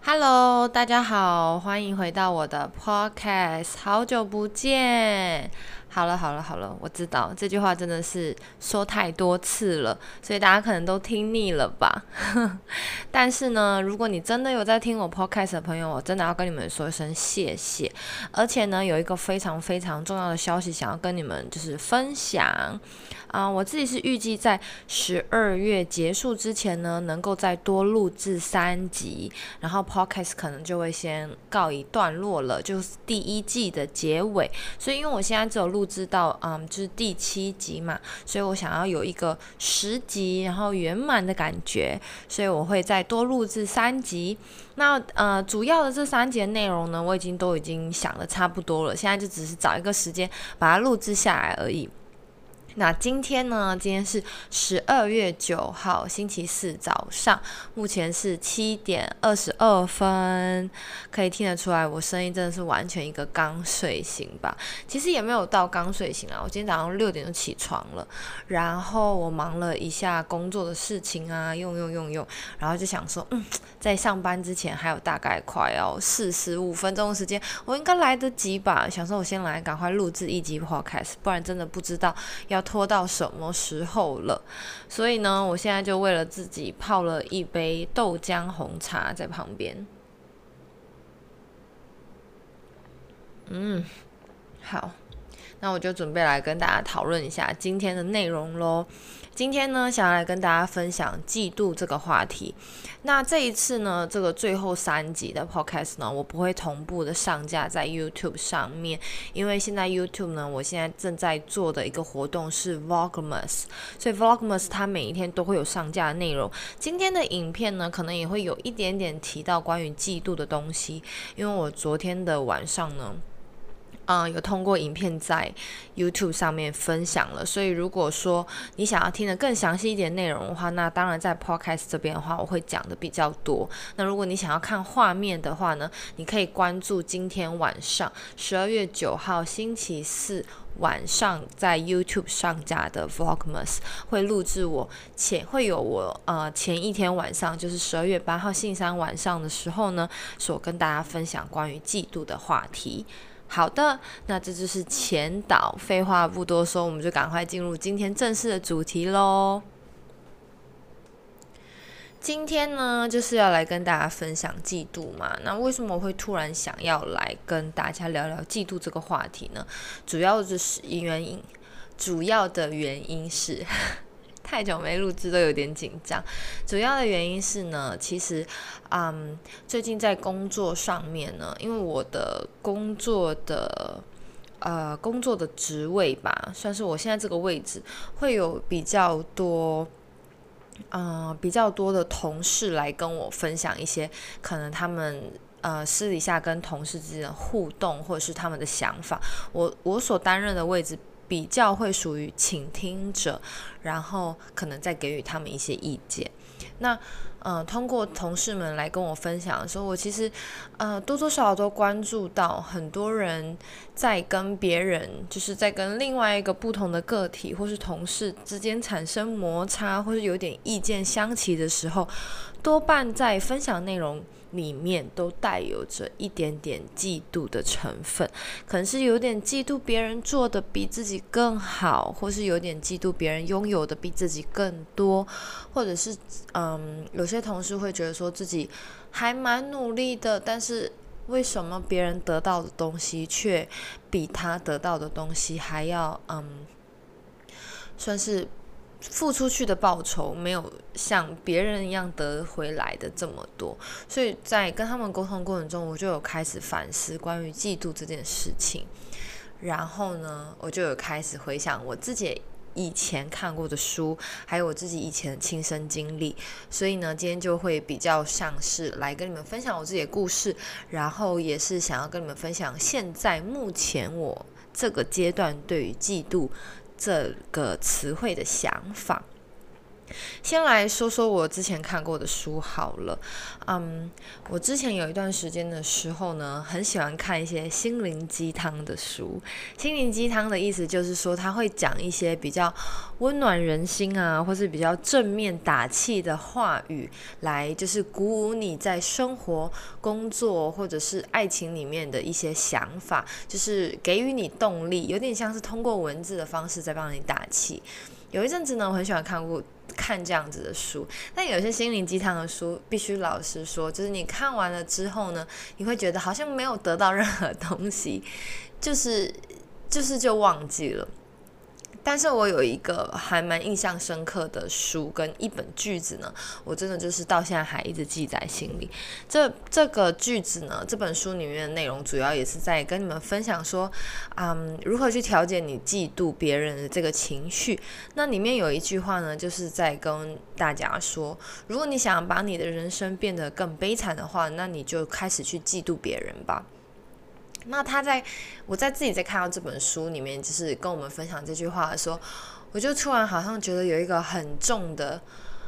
Hello，大家好，欢迎回到我的 Podcast，好久不见。好了，我知道这句话真的是说太多次了，所以大家可能都听腻了吧。但是呢，如果你真的有在听我 Podcast 的朋友，我真的要跟你们说一声谢谢。而且呢，有一个非常非常重要的消息想要跟你们就是分享。我自己是预计在12月结束之前呢，能够再多录制3集，然后 Podcast 可能就会先告一段落了，就是第一季的结尾。所以因为我现在只有录制到就是第7集嘛，所以我想要有一个10集，然后圆满的感觉，所以我会再多录制3集。那主要的这3集的内容呢，我都已经想的差不多了，现在就只是找一个时间把它录制下来而已。那今天呢？今天是12月9号，星期四早上，目前是7:22，可以听得出来，我声音真的是完全一个刚睡醒吧。其实也没有到刚睡醒啊，我今天早上6点就起床了，然后我忙了一下工作的事情啊，用，然后就想说，在上班之前还有大概快要45分钟的时间，我应该来得及吧？想说我先来赶快录制一集 podcast， 不然真的不知道要拖到什么时候了。所以呢，我现在就为了自己泡了一杯豆浆红茶在旁边。好，那我就准备来跟大家讨论一下今天的内容咯。今天呢，想要来跟大家分享嫉妒这个话题。那这一次呢，这个最后3集的 podcast 呢，我不会同步的上架在 YouTube 上面，因为现在 YouTube 呢，我现在正在做的一个活动是 Vlogmas， 所以 Vlogmas 它每一天都会有上架的内容。今天的影片呢，可能也会有一点点提到关于嫉妒的东西，因为我昨天的晚上呢，有通过影片在 YouTube 上面分享了，所以如果说你想要听得更详细一点内容的话，那当然在 Podcast 这边的话，我会讲的比较多。那如果你想要看画面的话呢，你可以关注今天晚上12月9号星期四晚上在 YouTube 上架的 Vlogmas， 会录制会有我前一天晚上，就是12月8号星期三晚上的时候呢，所跟大家分享关于嫉妒的话题。好的，那这就是前导，废话不多说，我们就赶快进入今天正式的主题咯。今天呢，就是要来跟大家分享嫉妒嘛。那为什么我会突然想要来跟大家聊聊嫉妒这个话题呢？主要的原因是太久没录制都有点紧张。主要的原因是呢，其实最近在工作上面呢，因为我的工作的职位吧，算是我现在这个位置，会有比较多的同事来跟我分享一些可能他们私底下跟同事之间的互动，或者是他们的想法。我所担任的位置比较会属于倾听者，然后可能再给予他们一些意见。那通过同事们来跟我分享的时候，我其实多多少少都关注到很多人在跟别人，就是在跟另外一个不同的个体或是同事之间产生摩擦，或是有点意见相齐的时候，多半在分享内容里面都带有着一点点嫉妒的成分，可能是有点嫉妒别人做的比自己更好，或是有点嫉妒别人拥有的比自己更多，或者是有些同事会觉得说自己还蛮努力的，但是为什么别人得到的东西却比他得到的东西还要算是付出去的报酬没有像别人一样得回来的这么多。所以在跟他们沟通过程中，我就有开始反思关于嫉妒这件事情。然后呢，我就有开始回想我自己以前看过的书，还有我自己以前的亲身经历。所以呢，今天就会比较像是来跟你们分享我自己的故事，然后也是想要跟你们分享现在目前我这个阶段对于嫉妒这个词汇的想法。 先来说说我之前看过的书好了。我之前有一段时间的时候呢，很喜欢看一些心灵鸡汤的书。心灵鸡汤的意思就是说，他会讲一些比较温暖人心啊，或是比较正面打气的话语，来就是鼓舞你在生活、工作或者是爱情里面的一些想法，就是给予你动力，有点像是通过文字的方式在帮你打气。有一阵子呢，我很喜欢看这样子的书，但有些心灵鸡汤的书，必须老实说，就是你看完了之后呢，你会觉得好像没有得到任何东西，就忘记了。但是我有一个还蛮印象深刻的书跟一本句子呢，我真的就是到现在还一直记在心里。这个句子呢，这本书里面的内容主要也是在跟你们分享说，如何去调节你嫉妒别人的这个情绪。那里面有一句话呢，就是在跟大家说，如果你想把你的人生变得更悲惨的话，那你就开始去嫉妒别人吧。那我自己在看到这本书里面，就是跟我们分享这句话的时候，我就突然好像觉得有一个很重的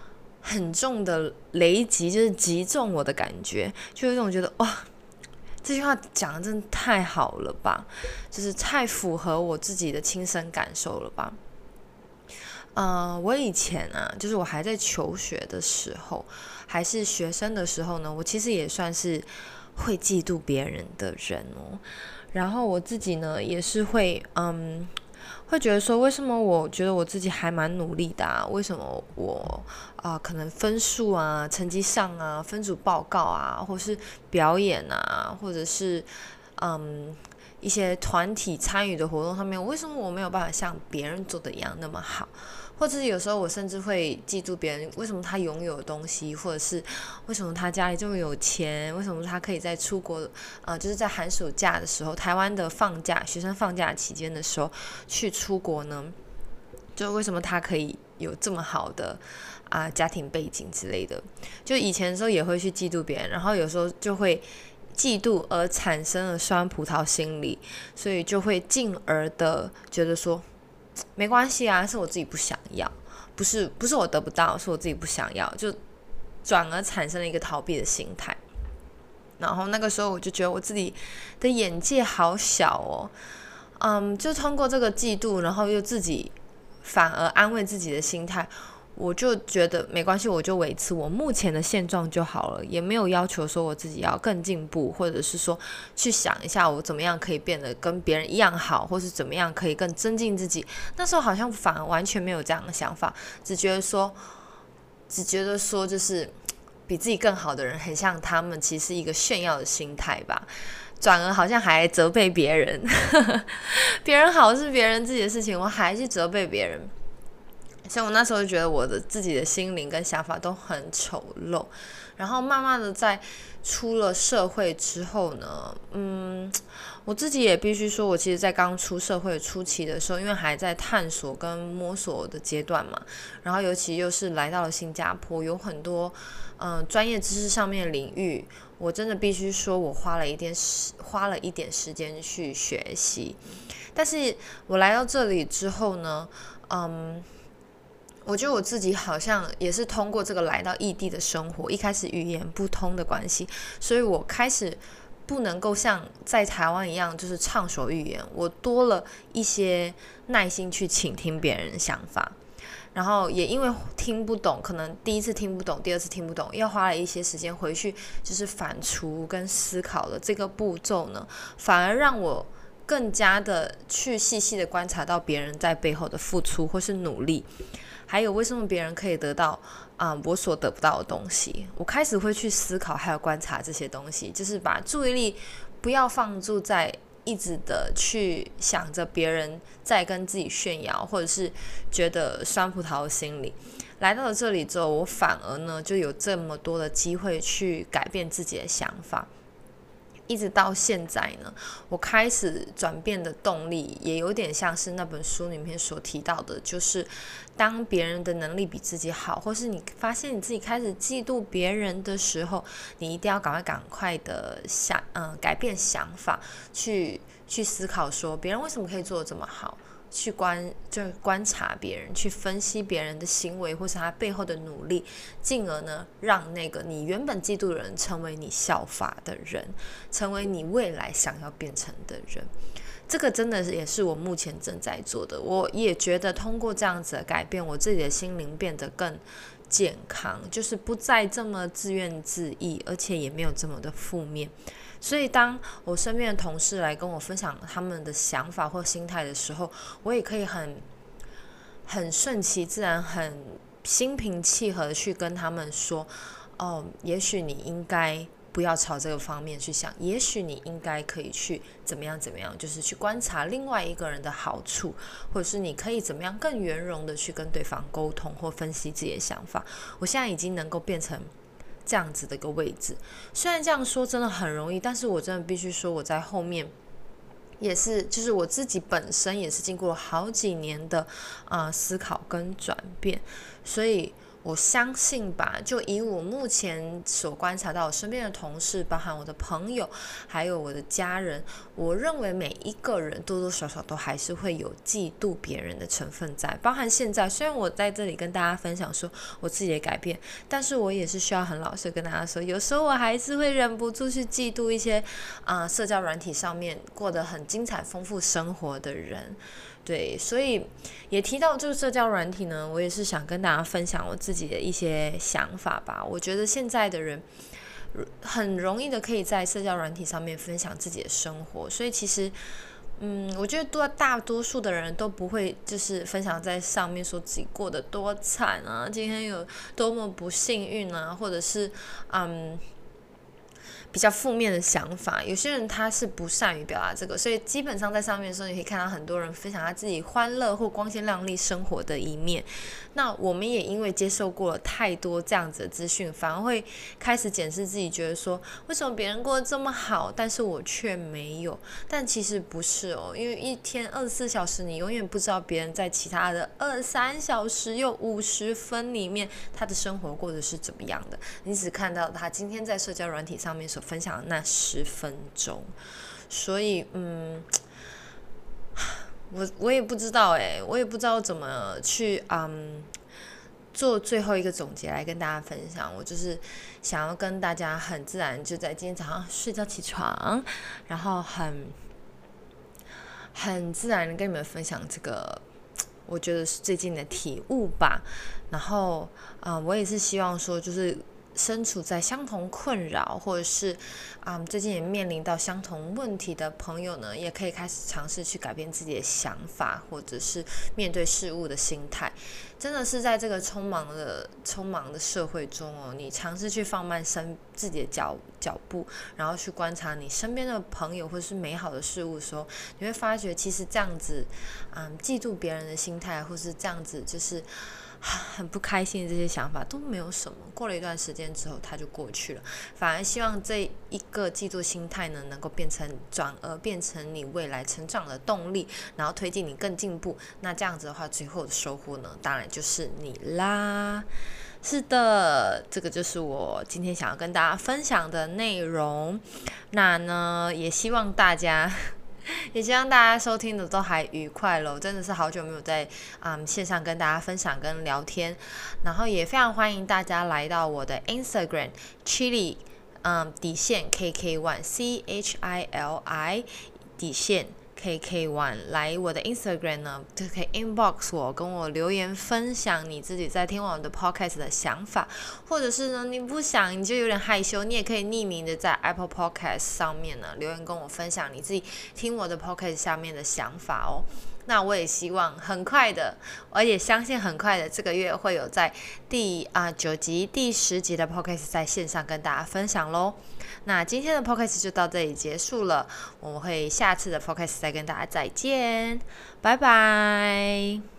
雷击，就是击中我的感觉，就有一种觉得哇，这句话讲的真的太好了吧，就是太符合我自己的亲身感受了吧。我以前啊，就是我还在求学的时候，还是学生的时候呢，我其实也算是会嫉妒别人的人哦。然后我自己呢，也是会觉得说，为什么我觉得我自己还蛮努力的啊？为什么我可能分数啊、成绩上啊、分组报告啊，或是表演啊，或者是一些团体参与的活动上面，为什么我没有办法像别人做的一样那么好？或者是有时候我甚至会嫉妒别人，为什么他拥有的东西，或者是为什么他家里这么有钱，为什么他可以在出国就是在寒暑假的时候，台湾的学生放假期间的时候去出国呢？就为什么他可以有这么好的家庭背景之类的？就以前的时候也会去嫉妒别人，然后有时候就会嫉妒而产生了酸葡萄心理，所以就会进而的觉得说，没关系啊，是我自己不想要，不是我得不到，是我自己不想要，就转而产生了一个逃避的心态。然后那个时候我就觉得我自己的眼界好小哦，就通过这个嫉妒，然后又自己反而安慰自己的心态，我就觉得没关系，我就维持我目前的现状就好了，也没有要求说我自己要更进步，或者是说去想一下我怎么样可以变得跟别人一样好，或是怎么样可以更增进自己。那时候好像反而完全没有这样的想法，只觉得说就是比自己更好的人很像他们，其实是一个炫耀的心态吧，转而好像还责备别人别人好是别人自己的事情，我还去责备别人。所以我那时候就觉得我的自己的心灵跟想法都很丑陋。然后慢慢的在出了社会之后呢，我自己也必须说，我其实在刚出社会初期的时候，因为还在探索跟摸索的阶段嘛，然后尤其又是来到了新加坡，有很多专业知识上面的领域，我真的必须说我花了一点时间去学习。但是我来到这里之后呢，我觉得我自己好像也是通过这个来到异地的生活，一开始语言不通的关系，所以我开始不能够像在台湾一样就是畅所欲言，我多了一些耐心去倾听别人的想法。然后也因为听不懂，可能第一次听不懂，第二次听不懂，又花了一些时间回去就是反刍跟思考的这个步骤呢，反而让我更加的去细细的观察到别人在背后的付出或是努力，还有为什么别人可以得到我所得不到的东西。我开始会去思考还有观察这些东西，就是把注意力不要放住在一直的去想着别人在跟自己炫耀，或者是觉得酸葡萄的心理。来到了这里之后，我反而呢就有这么多的机会去改变自己的想法。一直到现在呢，我开始转变的动力也有点像是那本书里面所提到的，就是当别人的能力比自己好，或是你发现你自己开始嫉妒别人的时候，你一定要赶快的改变想法，去思考说别人为什么可以做得这么好， 去观察别人，去分析别人的行为或是他背后的努力，进而呢让那个你原本嫉妒的人成为你效法的人，成为你未来想要变成的人。这个真的也是我目前正在做的，我也觉得通过这样子的改变，我自己的心灵变得更健康，就是不再这么自怨自艾，而且也没有这么的负面。所以当我身边的同事来跟我分享他们的想法或心态的时候，我也可以很顺其自然，很心平气和的去跟他们说，也许你应该不要朝这个方面去想，也许你应该可以去怎么样，就是去观察另外一个人的好处，或者是你可以怎么样更圆融的去跟对方沟通或分析自己的想法。我现在已经能够变成这样子的一个位置，虽然这样说真的很容易，但是我真的必须说，我在后面也是，就是我自己本身也是经过了好几年的思考跟转变，所以我相信吧，就以我目前所观察到我身边的同事，包含我的朋友还有我的家人，我认为每一个人多多少少都还是会有嫉妒别人的成分在，包含现在虽然我在这里跟大家分享说我自己的改变，但是我也是需要很老实跟大家说，有时候我还是会忍不住去嫉妒一些社交软体上面过得很精彩丰富生活的人。对，所以也提到这个社交软体呢，我也是想跟大家分享我自己的一些想法吧。我觉得现在的人很容易的可以在社交软体上面分享自己的生活，所以其实我觉得大多数的人都不会就是分享在上面说自己过得多惨啊，今天有多么不幸运啊，或者是比较负面的想法。有些人他是不善于表达这个，所以基本上在上面的时候，你可以看到很多人分享他自己欢乐或光鲜亮丽生活的一面。那我们也因为接受过了太多这样子的资讯，反而会开始检视自己，觉得说为什么别人过得这么好，但是我却没有。但其实不是哦，因为一天24小时，你永远不知道别人在其他的23小时又50分里面，他的生活过得是怎么样的。你只看到他今天在社交软体上面所分享的那10分钟，所以我也不知道我也不知道怎么去做最后一个总结来跟大家分享。我就是想要跟大家很自然就在今天早上睡觉起床，然后很自然的跟你们分享这个我觉得是最近的体悟吧。然后我也是希望说，就是身处在相同困扰或者是最近也面临到相同问题的朋友呢，也可以开始尝试去改变自己的想法，或者是面对事物的心态。真的是在这个匆忙的社会中你尝试去放慢自己的脚步，然后去观察你身边的朋友或者是美好的事物的时候，你会发觉其实这样子嫉妒别人的心态，或是这样子就是很不开心的这些想法都没有什么，过了一段时间之后它就过去了。反而希望这一个嫉妒心态呢，能够转而变成你未来成长的动力，然后推进你更进步。那这样子的话，最后的收获呢，当然就是你啦。是的，这个就是我今天想要跟大家分享的内容。那呢，也希望大家收听的都还愉快了，真的是好久没有在线上跟大家分享跟聊天，然后也非常欢迎大家来到我的 Instagram Chili底线 KK1 CHILI 底线KK1 来我的 Instagram 呢，就可以 inbox 我，跟我留言分享你自己在听我的 podcast 的想法，或者是呢你不想你就有点害羞，你也可以匿名的在 Apple Podcast 上面呢留言跟我分享你自己听我的 podcast 下面的想法哦。那我也希望很快的，我也相信很快的这个月会有在第9集第10集的 podcast 在线上跟大家分享咯。那今天的 podcast 就到这里结束了，我们会下次的 podcast 再跟大家再见，拜拜。